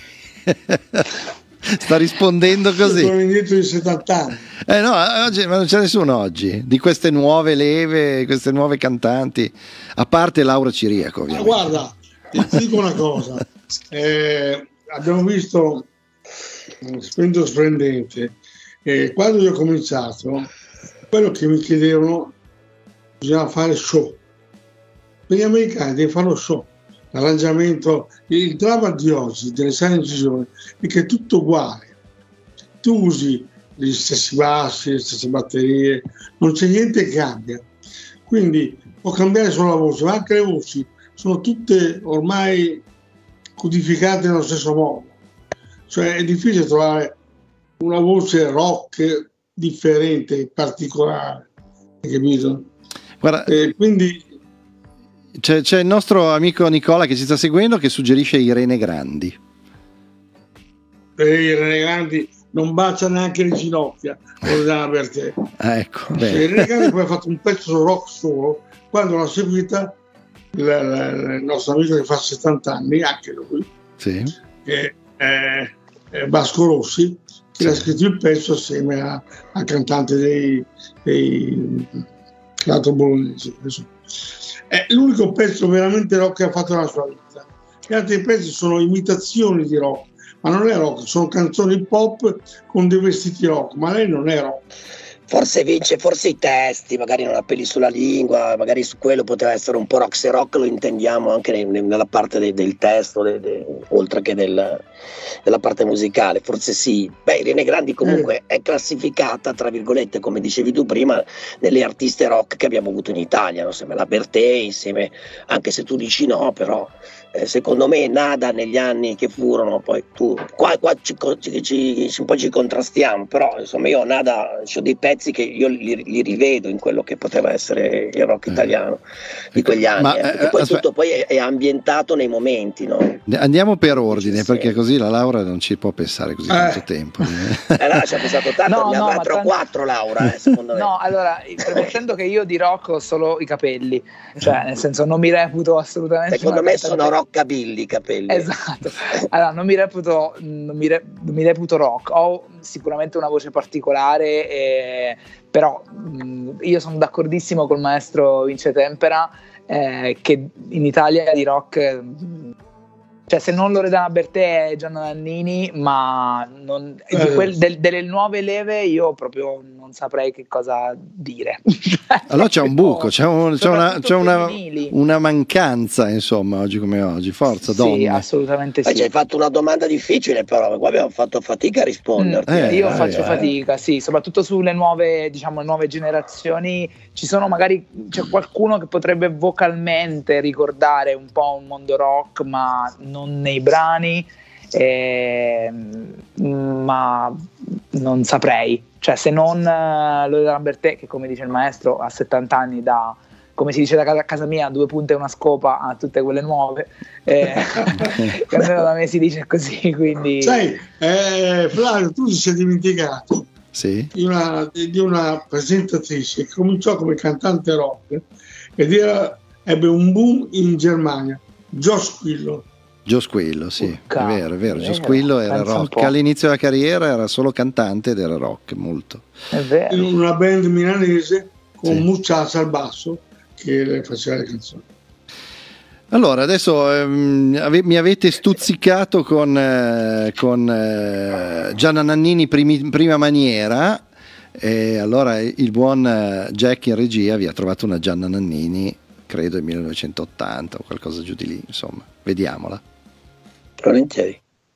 sta rispondendo così. Sono indietro di 70 anni. No, oggi, ma non c'è nessuno oggi di queste nuove leve, queste nuove cantanti, a parte Laura Ciriaco, ovviamente. Ma guarda, ti dico una cosa, abbiamo visto Splendido Splendente, quando io ho cominciato, quello che mi chiedevano, bisognava fare show. Per gli americani devi fare lo show. L'arrangiamento, il dramma di oggi delle sale incisioni è che è tutto uguale, tu usi gli stessi bassi, le stesse batterie, non c'è niente che cambia, quindi può cambiare solo la voce, ma anche le voci sono tutte ormai codificate nello stesso modo, cioè è difficile trovare una voce rock differente, particolare, hai capito? Guarda, quindi c'è il nostro amico Nicola che ci sta seguendo, che suggerisce Irene Grandi. Irene Grandi non bacia neanche le ginocchia, ecco, Irene Grandi poi ha fatto un pezzo rock solo, quando l'ha seguita il nostro amico che fa 70 anni, anche lui, che è Vasco Rossi, che ha scritto il pezzo assieme al cantante dei l'altro bolognese. È l'unico pezzo veramente rock che ha fatto nella sua vita. Gli altri pezzi sono imitazioni di rock, ma non è rock, sono canzoni pop con dei vestiti rock, ma lei non è rock. Forse Vince, forse i testi, magari non appelli sulla lingua, magari su quello poteva essere un po' rock, se rock lo intendiamo anche nella parte del testo, oltre che della parte musicale, forse sì. Irene Grandi comunque è classificata, tra virgolette, come dicevi tu prima, nelle artiste rock che abbiamo avuto in Italia, no? Insieme alla Bertè, insieme, anche se tu dici no, però secondo me nada negli anni che furono, poi tu qua un po' ci contrastiamo, però insomma io nada, ho dei pezzi che io li rivedo in quello che poteva essere il rock italiano di quegli anni, perché poi tutto poi è ambientato nei momenti, no? Andiamo per ordine, perché così la Laura non ci può pensare così tanto tempo. Ci ha pensato tanto, ne avrà 3 o 4 Laura, secondo me. No, allora, premettendo che io di rock ho solo i capelli, cioè nel senso non mi reputo assolutamente, secondo me sono rockabilly i capelli. Esatto. Allora non mi reputo rock, ho sicuramente una voce particolare, però io sono d'accordissimo col maestro Vince Tempera, che in Italia di rock, cioè se non Loredana Bertè e Gianna Nannini, ma delle nuove leve io proprio non saprei che cosa dire. Allora c'è un buco, c'è una mancanza, insomma, oggi come oggi, forza donne. Sì, assolutamente sì. Ci hai fatto una domanda difficile, però qua abbiamo fatto fatica a risponderti. Io faccio fatica, sì, soprattutto sulle nuove generazioni. Ci sono c'è qualcuno che potrebbe vocalmente ricordare un po' un mondo rock, ma non nei brani, ma non saprei, cioè se non Loredana Bertè, che come dice il maestro ha 70 anni, come si dice da casa mia, 2 punte e una scopa a tutte quelle nuove, che almeno da me si dice così, quindi sai, Flavio, tu ti sei dimenticato di una presentatrice che cominciò come cantante rock ed ebbe un boom in Germania, Josh Quillo. Gio Squillo, sì, è vero. Gio Squillo era rock. All'inizio della carriera era solo cantante ed era rock, molto. È vero. In una band milanese con Mucciaccia al basso che le faceva le canzoni. Allora, adesso mi avete stuzzicato con Gianna Nannini prima maniera, e allora il buon Jack in regia vi ha trovato una Gianna Nannini, credo del 1980 o qualcosa giù di lì, insomma, vediamola. Volentieri.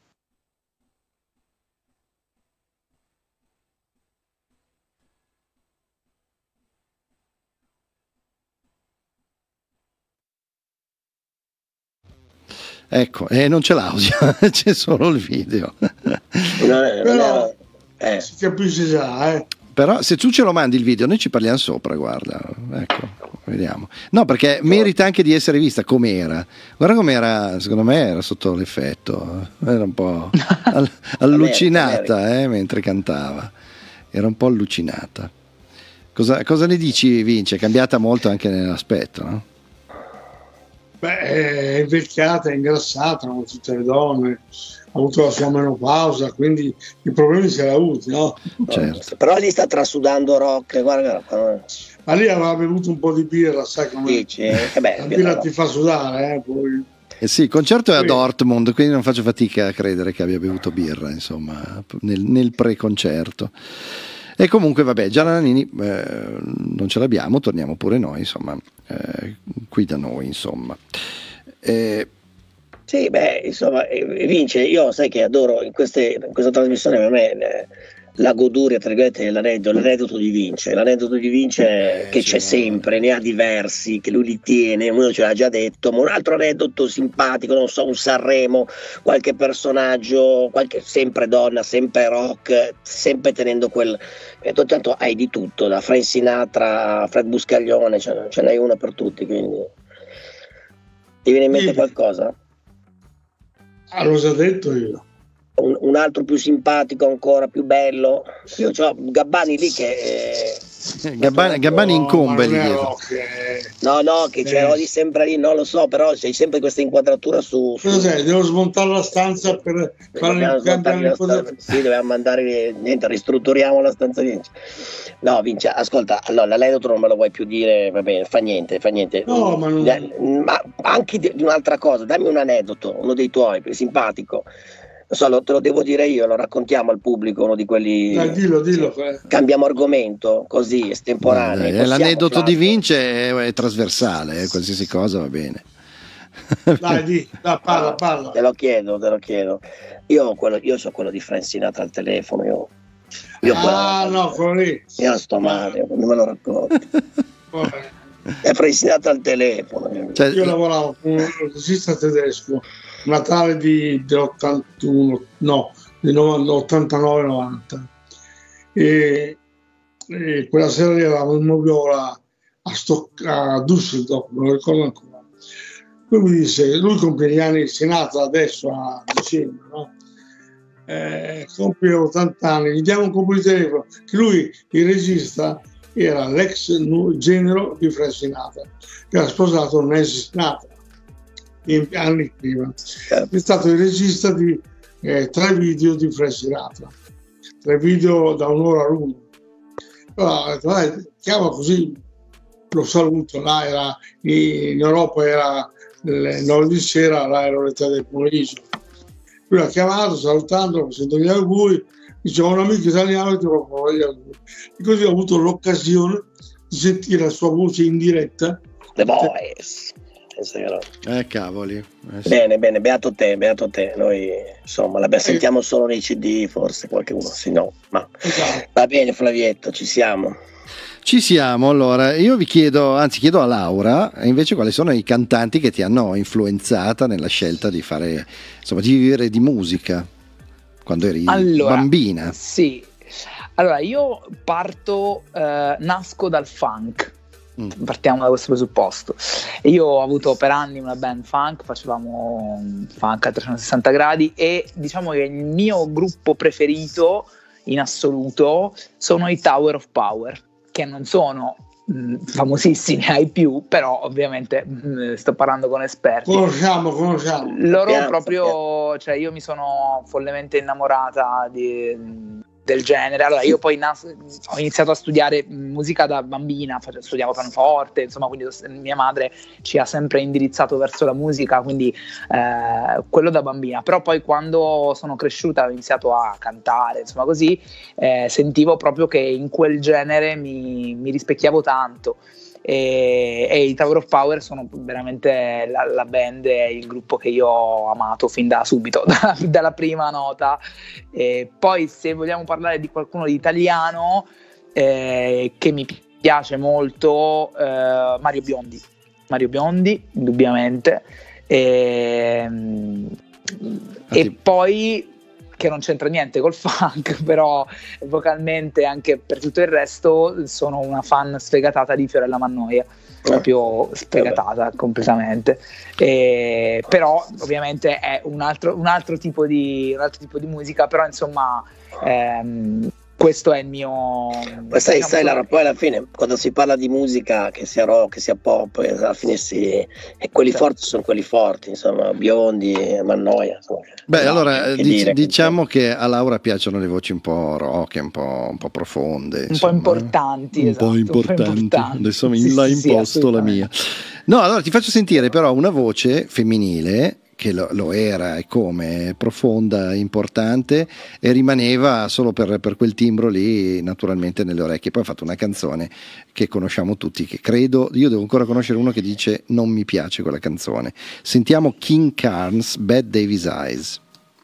Ecco, non c'è l'audio, c'è solo il video. Però si capisce già, Però se tu ce lo mandi il video noi ci parliamo sopra, guarda, ecco, vediamo. No, perché merita anche di essere vista com'era. Guarda com'era, secondo me era sotto l'effetto, era un po' allucinata mentre cantava, era un po' allucinata. Cosa ne dici, Vince? È cambiata molto anche nell'aspetto, no? Beh, è invecchiata, è ingrassata come tutte le donne, ha avuto la sua menopausa, quindi i problemi se li ha avuti, no? Certo. Però lì sta trasudando rock, guarda. Ma lì aveva bevuto un po' di birra, sai come? La birra ti fa sudare, poi. Sì, il concerto è a Dortmund, quindi non faccio fatica a credere che abbia bevuto birra, insomma, nel pre-concerto. E comunque vabbè, Gianna Nannini non ce l'abbiamo, torniamo pure noi, insomma, qui da noi, insomma. Sì, beh, insomma, Vince, io sai che adoro in questa trasmissione, per me la goduria, tra virgolette, l'aneddoto di Vince. L'aneddoto di Vince che c'è sempre, ne ha diversi, che lui li tiene, uno ce l'ha già detto, ma un altro aneddoto simpatico, non so, un Sanremo, qualche personaggio, sempre donna, sempre rock, sempre tenendo quel... Tanto hai di tutto, da Frank Sinatra a Fred Buscaglione, ce n'hai una per tutti, quindi... Ti viene in mente qualcosa? L'ho già detto io. Un altro più simpatico, ancora più bello. Io ho Gabbani lì che Gabbani incombe lì dietro. No, che c'era lì sempre lì, non lo so, però c'è sempre questa inquadratura su... Devo smontare la stanza per fare il Sì, dobbiamo andare, niente, ristrutturiamo la stanza di Vince. No, Vince, ascolta, allora l'aneddoto non me lo vuoi più dire, va bene, fa niente. No, ma anche di un'altra cosa, dammi un aneddoto, uno dei tuoi, simpatico. Non so, te lo devo dire io, lo raccontiamo al pubblico, uno di quelli... Dillo. Cambiamo argomento, così, estemporaneo. L'aneddoto di Vince è trasversale, qualsiasi cosa va bene. Dai, parla. Te lo chiedo. Io so quello di Frank Sinatra al telefono, io quello lì. Io sto male, non me lo racconti. È Frank Sinatra al telefono. Io lavoravo con un regista tedesco, Natale dell'81, no, del 89-90, e quella sera lì eravamo in moviola a Düsseldorf, non lo ricordo ancora. Lui mi disse, lui compie gli anni, Sinatra adesso a dicembre, no? Compie 80 anni, gli diamo un colpo di telefono, che lui, il regista, era l'ex genero di Frank Sinatra, che era sposato Nancy Sinatra anni prima. È stato il regista di 3 video di Frank Sinatra, 3 video da un'ora l'uno. Allora, chiama così, lo saluto, là era in Europa era le 9 di sera, là era le 3 del pomeriggio. Lui ha chiamato salutando, facendo gli auguri, diceva un amico italiano che ti fa gli auguri. E così ho avuto l'occasione di sentire la sua voce in diretta. The Boys. Cavoli. Sì. Bene, beato te. Noi insomma la sentiamo solo nei CD, forse qualcuno, se no. Ma va bene, Flavietto, ci siamo. Allora io vi chiedo a Laura invece quali sono i cantanti che ti hanno influenzata nella scelta di fare, insomma, di vivere di musica quando eri bambina. Sì, allora io nasco dal funk. Partiamo da questo presupposto. Io ho avuto per anni una band funk, facevamo funk a 360 gradi e diciamo che il mio gruppo preferito in assoluto sono i Tower of Power, che non sono famosissimi ai più, però ovviamente sto parlando con esperti. Conosciamo. Loro proprio, cioè io mi sono follemente innamorata del genere. Allora io poi ho iniziato a studiare musica da bambina, studiavo pianoforte, insomma, quindi mia madre ci ha sempre indirizzato verso la musica, quindi quello da bambina. Però poi quando sono cresciuta ho iniziato a cantare, insomma così, sentivo proprio che in quel genere mi rispecchiavo tanto. E i Tower of Power sono veramente la band e il gruppo che io ho amato fin da subito, dalla prima nota. E poi se vogliamo parlare di qualcuno di italiano che mi piace molto, Mario Biondi indubbiamente, e poi, che non c'entra niente col funk, però vocalmente anche per tutto il resto sono una fan sfegatata di Fiorella Mannoia, proprio sfegatata completamente, però ovviamente è un altro tipo di musica, però insomma questo è il mio. Ma sai poi alla fine quando si parla di musica, che sia rock, che sia pop, alla fine quelli forti sono quelli forti, insomma, Biondi, Mannoia, insomma. Beh, allora diciamo che a Laura piacciono le voci un po' rock, un po' profonde, un po' importanti, un po' importanti. Adesso imposto la mia. No, allora ti faccio sentire però una voce femminile che lo era e come profonda, importante, e rimaneva solo per quel timbro lì naturalmente nelle orecchie. Poi ha fatto una canzone che conosciamo tutti, che credo, io devo ancora conoscere uno che dice non mi piace quella canzone. Sentiamo King Carnes, Bad Davis Eyes.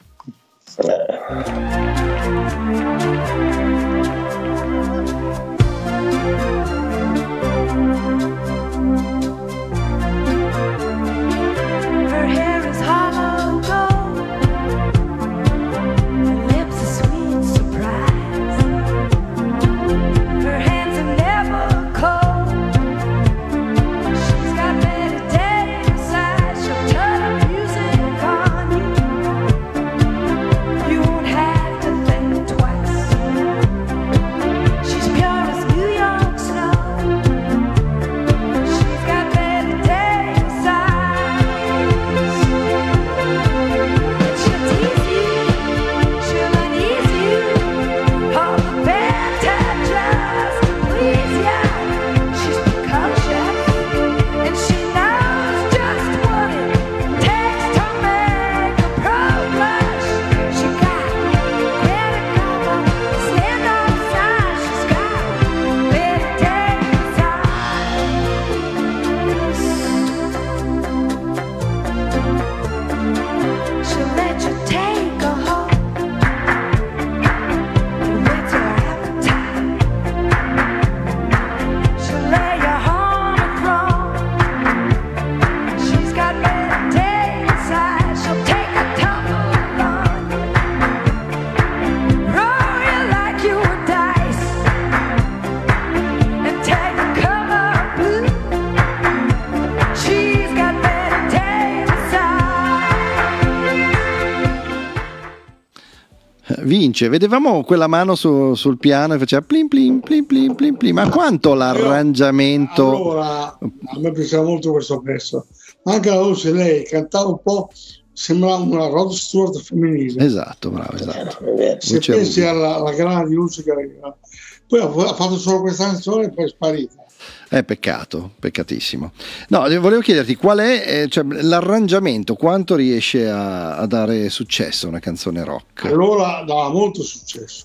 Vince, vedevamo quella mano sul piano e faceva plin plin plin plin plin plin, ma quanto l'arrangiamento. Allora, a me piaceva molto questo pezzo, anche la voce, lei cantava un po', sembrava una Rod Stewart femminile. Esatto, bravo, esatto. Se pensi alla grana di luce che aveva, poi ha fatto solo questa canzone e poi è sparita. Peccato, peccatissimo. No, volevo chiederti qual è cioè, l'arrangiamento, quanto riesce a dare successo a una canzone rock? Allora dava molto successo,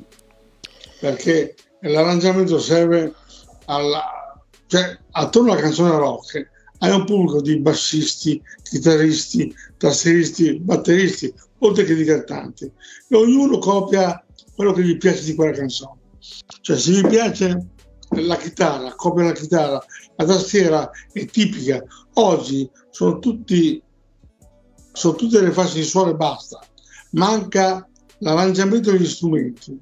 perché l'arrangiamento serve cioè attorno alla canzone rock hai un pubblico di bassisti, chitarristi, tastieristi, batteristi, oltre che di cantanti, e ognuno copia quello che gli piace di quella canzone. Cioè se mi piace la chitarra, copia la chitarra, la tastiera è tipica. Oggi sono tutte le fasi di suono e basta, manca l'arrangiamento degli strumenti.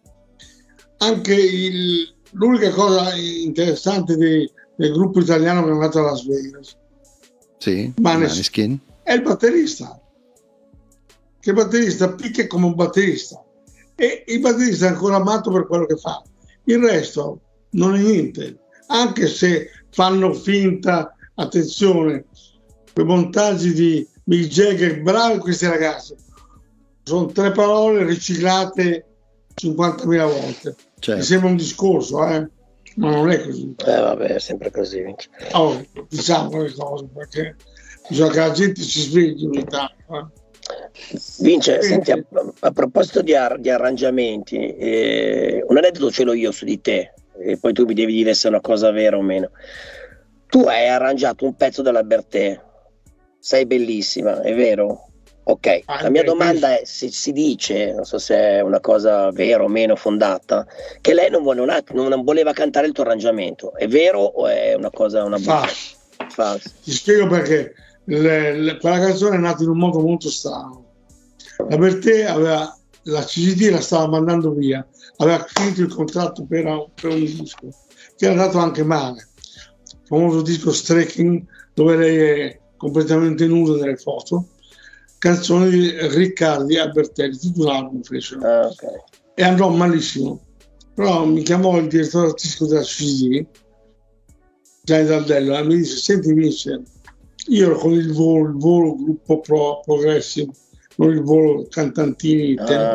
Anche l'unica cosa interessante del gruppo italiano che è andato a Las Vegas, sì, Maneskin, è il batterista, che il batterista picchia come un batterista e il batterista è ancora amato per quello che fa, il resto non è niente. anche se fanno finta, attenzione, quei montaggi di Mick Jagger, bravi questi ragazzi, sono 3 parole riciclate 50.000 volte. Certo. Mi sembra un discorso, ma non è così. Vabbè, è sempre così. Diciamo le cose, perché bisogna che la gente si svegli ogni tanto. Vince, senti, a proposito di arrangiamenti, un aneddoto ce l'ho io su di te, e poi tu mi devi dire se è una cosa vera o meno. Tu hai arrangiato un pezzo della Bertè, sei bellissima, è vero? Ok, la mia domanda è se si dice, non so se è una cosa vera o meno fondata, che lei non voleva cantare il tuo arrangiamento, è vero o è una cosa, una falsa? Ti spiego perché. Quella canzone è nata in un modo molto strano. La Bertè aveva la CGT, la stava mandando via, aveva finito il contratto per un disco che era andato anche male, il famoso disco Streaking, dove lei è completamente nuda nelle foto, canzoni di Riccardi e Albertelli, tutto un album fecero. Okay. E andò malissimo, però mi chiamò il direttore artistico della CGT, Gianni Daldello, e mi disse: senti Vince, io ero con il volo gruppo progressive, non il volo cantantini.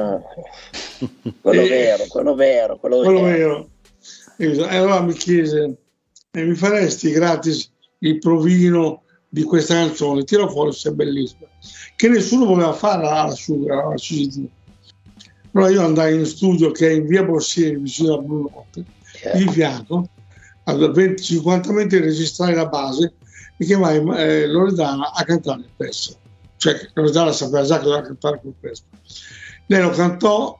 Quello vero. E allora mi chiese: mi faresti gratis il provino di questa canzone? Tira fuori se è bellissima, che nessuno voleva fare alla CGT. Allora io andai in studio, che è in via Borsieri vicino a Brunotte, di fianco, a 20-50 metri, registrai la base. Mi chiamai Loredana a cantare il pezzo, cioè Loredana sapeva già che doveva cantare quel pezzo. Lei lo cantò.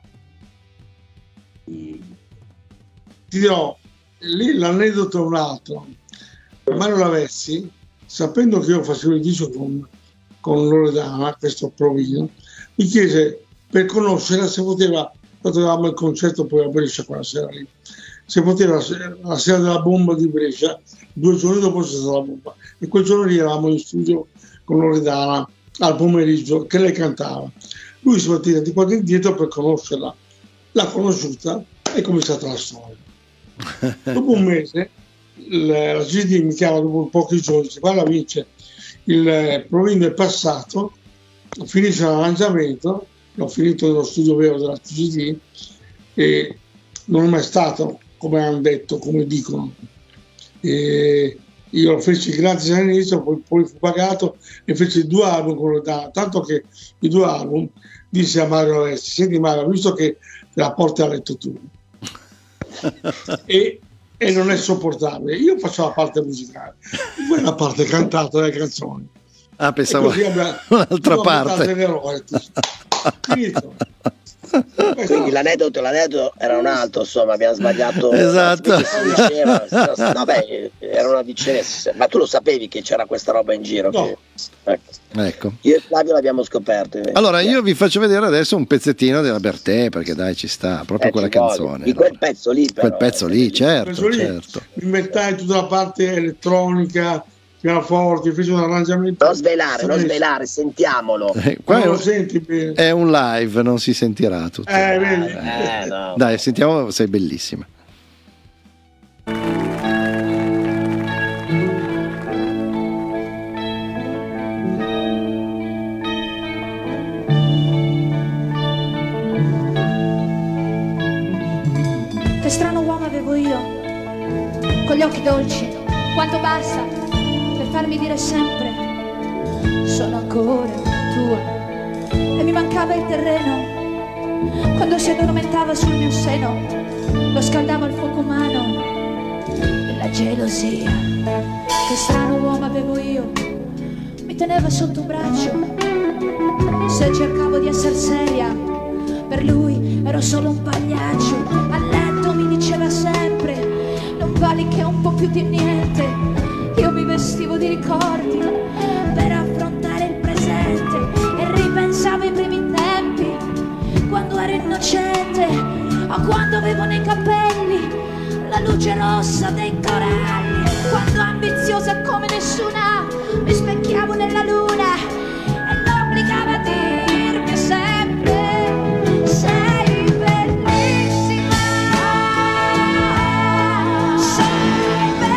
Ti dirò, lì l'aneddoto è un altro. Mario Lavessi, sapendo che io facevo il disco con Loredana, questo provino, mi chiese per conoscerla se poteva, avevamo il concerto poi a Brescia quella sera lì, se poteva, la sera della bomba di Brescia, 2 giorni dopo c'è stata la bomba, e quel giorno lì eravamo in studio con Loredana al pomeriggio, che lei cantava. Lui si metteva di qua indietro per conoscerla, l'ha conosciuta e è cominciata la storia. Dopo un mese la GD mi chiama, dopo pochi giorni, dice: guarda Vince, il provino è passato, finisce l'arrangiamento, l'ho finito nello studio vero della GD e non è mai stato come hanno detto, come dicono. E io lo feci gratis all'inizio, poi fu pagato e feci 2 album con Loredana, tanto che i 2 album disse a Mario Lavessi: senti Mario, visto che te la porti a letto tu e non è sopportabile, io faccio la parte musicale, poi la parte cantata delle canzoni. Pensavo un'altra parte. Finito. Quindi l'aneddoto era un altro, insomma, abbiamo sbagliato. Esatto. Era una vicinanza, ma tu lo sapevi che c'era questa roba in giro? No. Ecco. Io e Flavio l'abbiamo scoperto. Allora io vi faccio vedere adesso un pezzettino della Bertè, perché dai, ci sta proprio quella canzone. Di quel pezzo lì, però. Quel pezzo lì, certo. Inventai tutta la parte elettronica, pianoforte, fece un arrangiamento. Non svelare, sentiamolo. Qua non lo senti bene. È un live, non si sentirà tutto. No. Dai, sentiamo, sei bellissima. Che strano uomo avevo io, con gli occhi dolci, quanto basta per farmi dire sempre sono ancora tua. E mi mancava il terreno, quando si addormentava sul mio seno, lo scaldava il fuoco umano e la gelosia. Che strano uomo avevo io, mi teneva sotto un braccio, se cercavo di essere seria, per lui ero solo un pagliaccio. A letto mi diceva sempre non vali che un po' più di niente. Io mi vestivo di ricordi per affrontare il presente e ripensavo ai primi tempi, quando ero innocente o quando avevo nei capelli la luce rossa dei coralli, quando ambiziosa come nessuna mi specchiavo nella luna e l'obbligava a dirmi sempre sei bellissima, sei bellissima.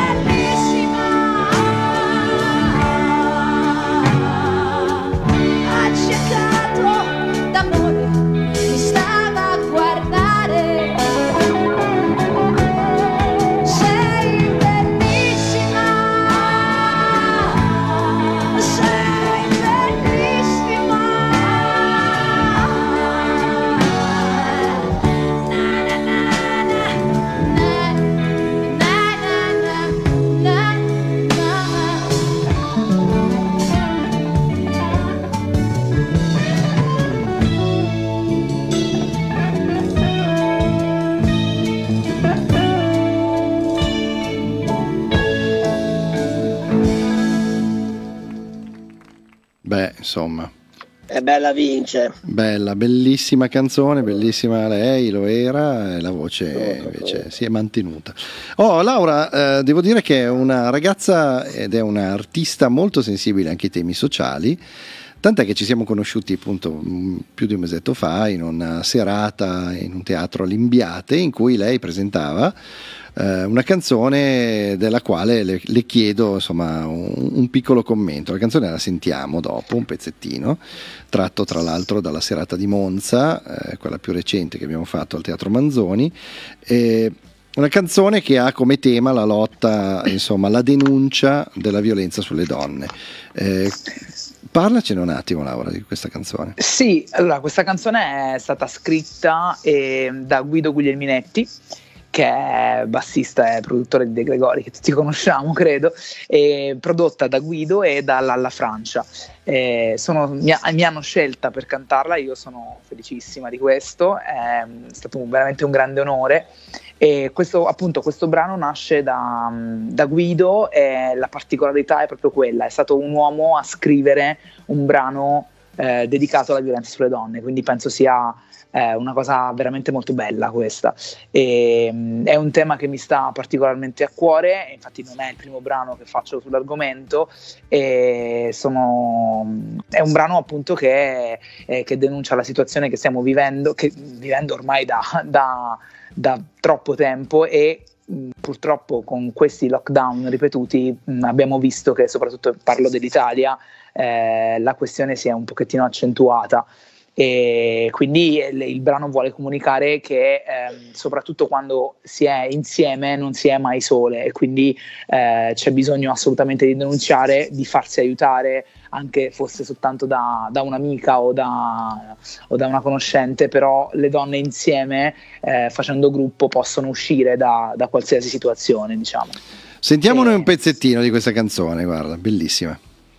insomma. È bella Vince. Bella, bellissima canzone, bellissima lei, lo era, e la voce invece si è mantenuta. Oh, Laura, devo dire che è una ragazza ed è un'artista molto sensibile anche ai temi sociali, tant'è che ci siamo conosciuti appunto più di un mesetto fa in una serata in un teatro all'Imbiate in cui lei presentava una canzone della quale le chiedo insomma un piccolo commento. La canzone la sentiamo dopo, un pezzettino tratto tra l'altro dalla serata di Monza, quella più recente che abbiamo fatto al Teatro Manzoni, una canzone che ha come tema la lotta, insomma la denuncia della violenza sulle donne. Parlacene un attimo, Laura, di questa canzone. Sì, allora questa canzone è stata scritta da Guido Guglielminetti, che è bassista e produttore di De Gregori, che tutti conosciamo credo, e prodotta da Guido e da Lalla Francia. Mi hanno scelta per cantarla, io sono felicissima di questo, è stato veramente un grande onore. E questo brano nasce da Guido e la particolarità è proprio quella, è stato un uomo a scrivere un brano dedicato alla violenza sulle donne, quindi penso sia una cosa veramente molto bella questa. È un tema che mi sta particolarmente a cuore, infatti non è il primo brano che faccio sull'argomento, è un brano appunto che denuncia la situazione che stiamo vivendo ormai da troppo tempo, e purtroppo con questi lockdown ripetuti abbiamo visto che, soprattutto parlo dell'Italia, la questione si è un pochettino accentuata, e quindi il brano vuole comunicare che soprattutto quando si è insieme non si è mai sole, e quindi c'è bisogno assolutamente di denunciare, di farsi aiutare, anche fosse soltanto da un'amica o da una conoscente, però le donne insieme facendo gruppo possono uscire da qualsiasi situazione, diciamo. Sentiamone un pezzettino di questa canzone, guarda, bellissima.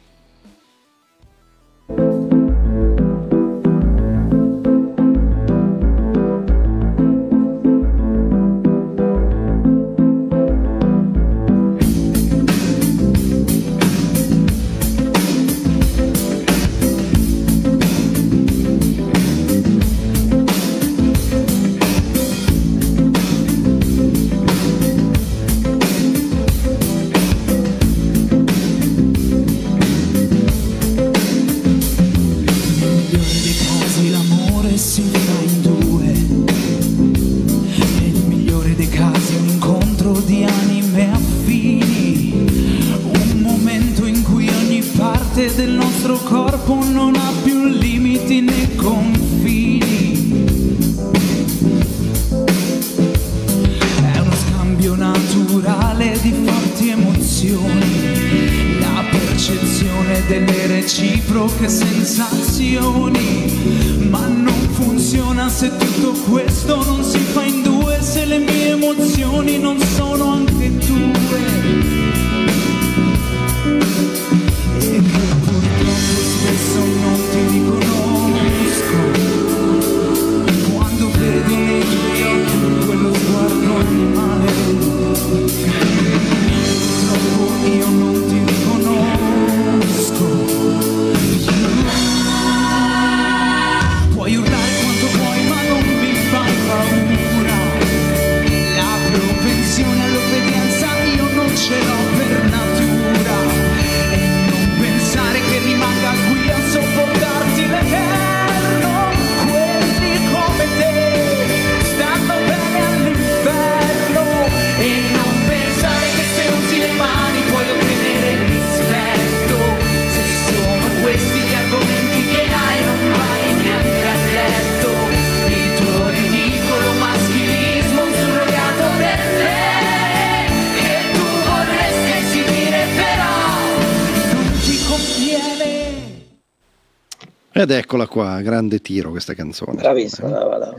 Ed eccola qua, grande tiro questa canzone. Bravissima.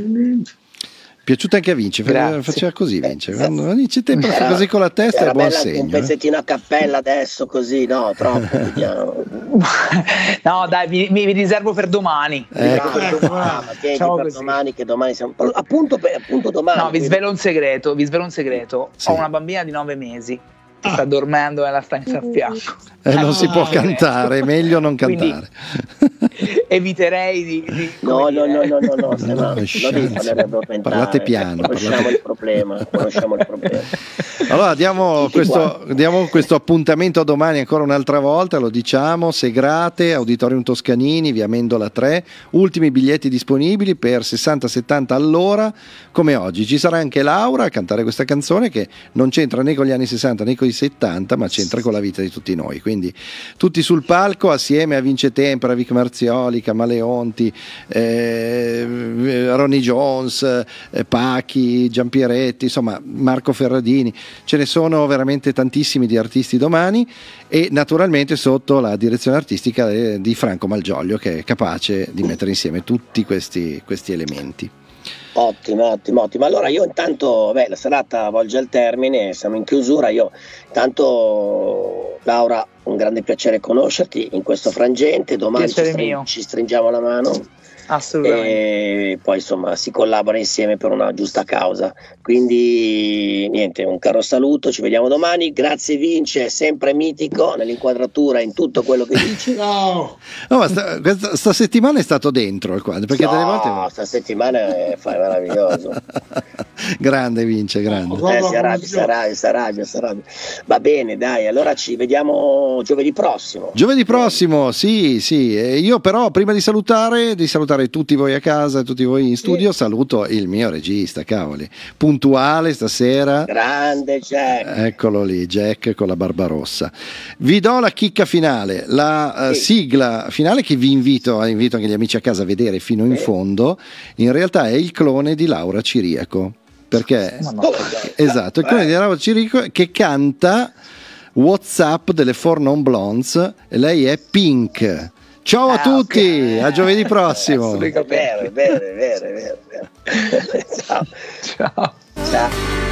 Piaciuta anche a Vince, faceva così Vince, quando Vince te fa così con la testa è buon segno. Un pezzettino a cappella adesso così, no, troppo. No dai, mi riservo per domani. Domani, che domani siamo appunto domani. No, vi svelo un segreto. Sì. Ho una bambina di 9 mesi che sta dormendo nella stanza a fianco. Non si può cantare, è meglio non cantare. Quindi, eviterei di no, parlate piano. Conosciamo il problema. Allora diamo questo appuntamento a domani ancora un'altra volta, lo diciamo, Segrate, Auditorium Toscanini, via Mendola 3, ultimi biglietti disponibili per 60-70 all'ora, come oggi. Ci sarà anche Laura a cantare questa canzone che non c'entra né con gli anni 60 né con i 70, ma c'entra con la vita di tutti noi. Quindi tutti sul palco assieme a Vince Tempera, Vic Marzioli, Camaleonti, Ronnie Jones, Pachi, Giampieretti, insomma Marco Ferradini, ce ne sono veramente tantissimi di artisti domani, e naturalmente sotto la direzione artistica di Franco Malgioglio, che è capace di mettere insieme tutti questi elementi. Ottimo. Allora io intanto, la serata volge al termine, siamo in chiusura. Io intanto, Laura, un grande piacere conoscerti in questo frangente. Domani ci stringiamo la mano. Assolutamente. E poi insomma si collabora insieme per una giusta causa. Quindi niente, un caro saluto, ci vediamo domani. Grazie Vince, sempre mitico nell'inquadratura, in tutto quello che dici. No, ma sta settimana è stato dentro al quadro, perché delle volte sta settimana è meraviglioso. Grande Vince, grande. Si arrabbia. Va bene, dai, allora ci vediamo giovedì prossimo. Sì. Io però prima di salutare tutti voi a casa e tutti voi in studio, saluto il mio regista, cavoli, puntuale stasera, grande Jack, eccolo lì, Jack con la barba rossa. Vi do la chicca finale, la sigla finale che invito anche gli amici a casa a vedere fino in fondo. In realtà è il clone di Laura Ciriaco, perché esatto, il clone di Laura Ciriaco che canta WhatsApp delle Four Non Blondes, e lei è Pink. Ciao a tutti, a giovedì prossimo. Bene. Ciao.